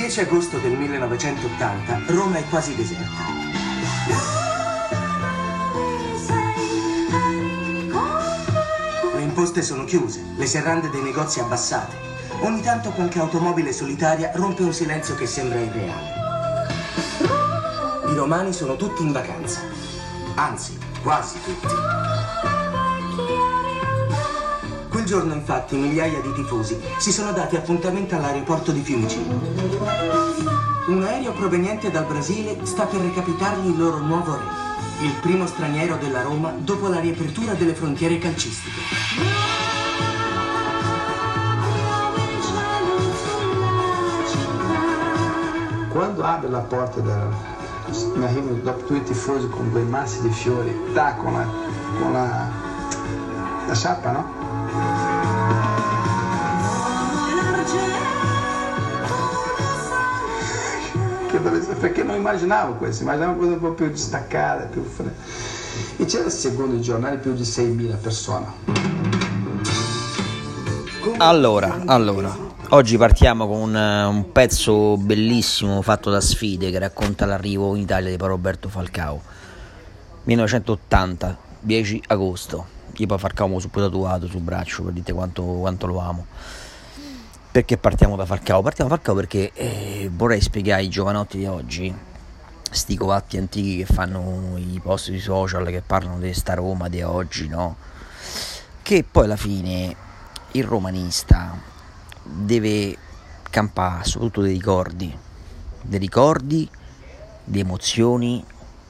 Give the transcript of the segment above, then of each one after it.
10 agosto del 1980 Roma è quasi deserta. Le imposte sono chiuse, le serrande dei negozi abbassate. Ogni tanto qualche automobile solitaria rompe un silenzio che sembra irreale. I romani sono tutti in vacanza, anzi, quasi tutti. Quel giorno, infatti, migliaia di tifosi si sono dati appuntamento all'aeroporto di Fiumicino. Un aereo proveniente dal Brasile sta per recapitargli il loro nuovo re, il primo straniero della Roma dopo la riapertura delle frontiere calcistiche. Quando apre la porta mi arrivo dopo tutti i tifosi con due massi di fiori, con la sciarpa, no? Perché non immaginavo questo, immaginavo una cosa un po' più distaccata, e c'era secondo i giornali più di 6.000 persone. Allora, oggi partiamo con un pezzo bellissimo fatto da Sfide che racconta l'arrivo in Italia di Roberto Falcao. 1980, 10 agosto. Io poi Falcao mi sono tatuato sul braccio per dire quanto lo amo. Perché partiamo da Falcao? Partiamo da Falcao perché vorrei spiegare ai giovanotti di oggi, sti covatti antichi che fanno i post sui social, che parlano di sta Roma di oggi, no? Che poi alla fine il romanista deve campare soprattutto dei ricordi, di emozioni,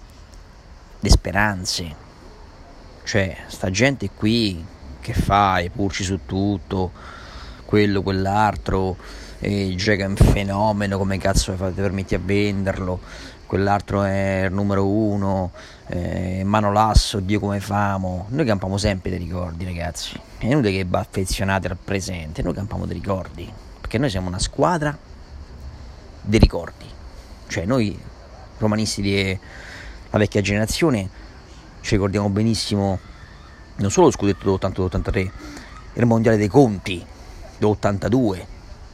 di speranze. Cioè, sta gente qui che fa i pulci su tutto, quello, quell'altro, gioca un fenomeno, come cazzo fate permetti a venderlo, quell'altro è il numero uno, mano lasso, Dio come famo. Noi campiamo sempre dei ricordi, ragazzi, è inutile che va affezionati al presente, noi campiamo dei ricordi, perché noi siamo una squadra dei ricordi. Cioè noi romanisti della vecchia generazione ci ricordiamo benissimo non solo lo scudetto dell'80-83, il mondiale dei conti dell'82,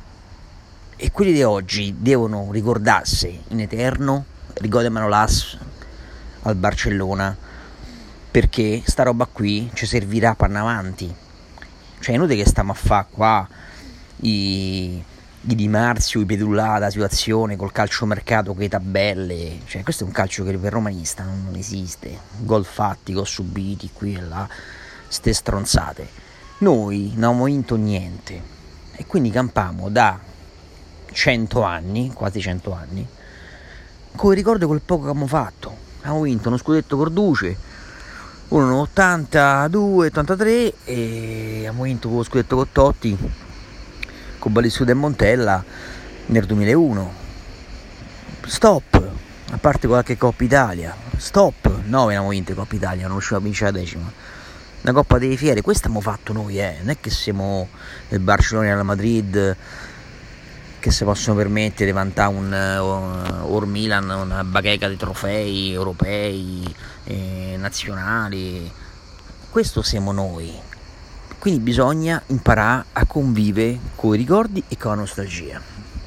e quelli di oggi devono ricordarsi in eterno rigore Manolas al Barcellona, perché sta roba qui ci servirà per avanti. Cioè è inutile che stiamo a fare qua i Di Marzio, i Pedullà, la situazione col calciomercato, con le tabelle. Cioè questo è un calcio che per romanista non esiste, gol fatti, gol subiti qui e là, ste stronzate. Noi non abbiamo vinto niente e quindi campiamo da 100 anni, quasi 100 anni, come ricordo quel poco che abbiamo fatto. Abbiamo vinto uno scudetto Corduce, uno 82, 83, e abbiamo vinto lo scudetto con Totti, con Balissuda e Montella nel 2001. Stop, a parte qualche Coppa Italia, stop, 9 abbiamo vinto Coppa Italia, non riusciamo a vincere la 10ª. Una Coppa dei Fieri, questa abbiamo fatto noi, non è che siamo il Barcellona e la Madrid che si possono permettere di vantare un Milan, una bacheca di trofei europei, nazionali. Questo siamo noi, quindi bisogna imparare a convivere con i ricordi e con la nostalgia.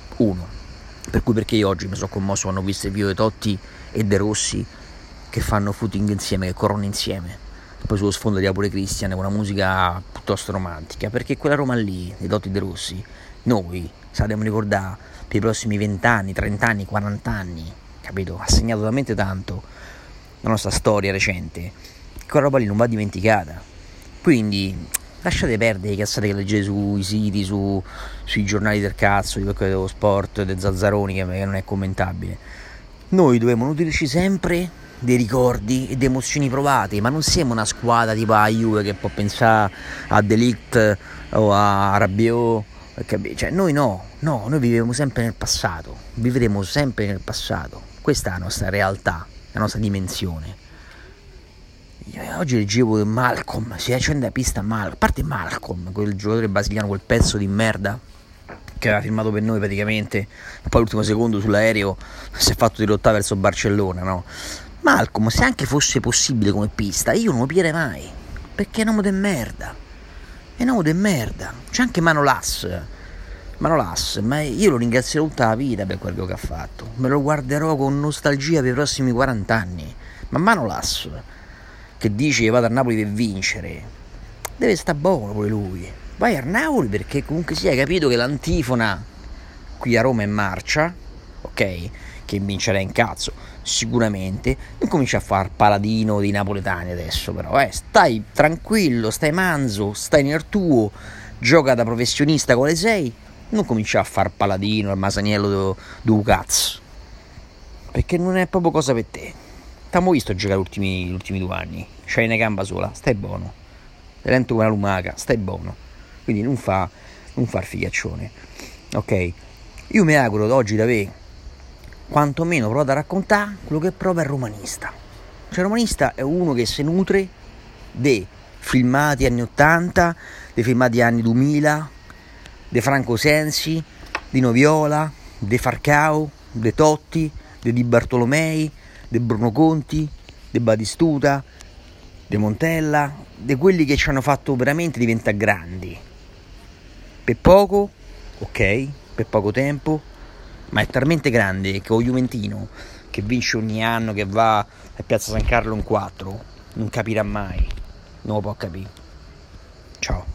Perché io oggi mi sono commosso quando ho visto il video di Totti e De Rossi che fanno footing insieme, che corrono insieme. Poi sullo sfondo di Apure Christian con una musica piuttosto romantica, perché quella Roma lì, dei Totti e De Rossi, noi saremo ricordare per i prossimi 20 anni, 30 anni, 40 anni, capito? Ha segnato talmente tanto la nostra storia recente che quella roba lì non va dimenticata. Quindi lasciate perdere le cazzate che leggete sui siti, sui giornali del cazzo, di quello dello sport, dei Zazzaroni, che non è commentabile. Noi dobbiamo nutrirci sempre dei ricordi e di emozioni provate, ma non siamo una squadra tipo la Juve che può pensare a De Ligt o a Rabiot, cioè noi noi viviamo sempre nel passato, vivremo sempre nel passato. Questa è la nostra realtà, la nostra dimensione. Oggi leggevo che Malcolm si accende la pista a parte Malcolm, quel giocatore brasiliano, quel pezzo di merda che aveva firmato per noi praticamente, e poi l'ultimo secondo sull'aereo si è fatto dirottare verso Barcellona, no? Malcolm, se anche fosse possibile come pista, io non lo pierei mai, perché è un uomo di merda, c'è anche Manolas, Manolas, ma io lo ringrazierò tutta la vita per quello che ha fatto, me lo guarderò con nostalgia per i prossimi 40 anni. Ma Manolas, che dice che vado a Napoli per vincere, deve sta buono pure lui. Vai a Napoli perché comunque hai capito che l'antifona qui a Roma è marcia, ok? Che vincerà in cazzo, sicuramente. Non comincia a far paladino dei napoletani adesso, però, stai tranquillo, stai manzo, stai nel tuo, gioca da professionista quale sei, non comincia a far paladino al Masaniello do cazzo, perché non è proprio cosa per te. T'abbiamo visto giocare gli ultimi 2 anni, c'hai una gamba sola, stai buono, lento come una lumaca, stai buono, quindi non far figaccione, ok? Io mi auguro da oggi di avere quantomeno provato a raccontare quello che prova il romanista. Cioè il romanista è uno che si nutre dei filmati anni 80, dei filmati anni 2000, di Franco Sensi, di Noviola, di Falcao, di Totti, di Di Bartolomei, di Bruno Conti, di Batistuta, di Montella, di quelli che ci hanno fatto veramente diventare grandi. Per poco, ok, per poco tempo, ma è talmente grande che o Juventino, che vince ogni anno, che va a Piazza San Carlo in 4, non capirà mai, non lo può capire. Ciao.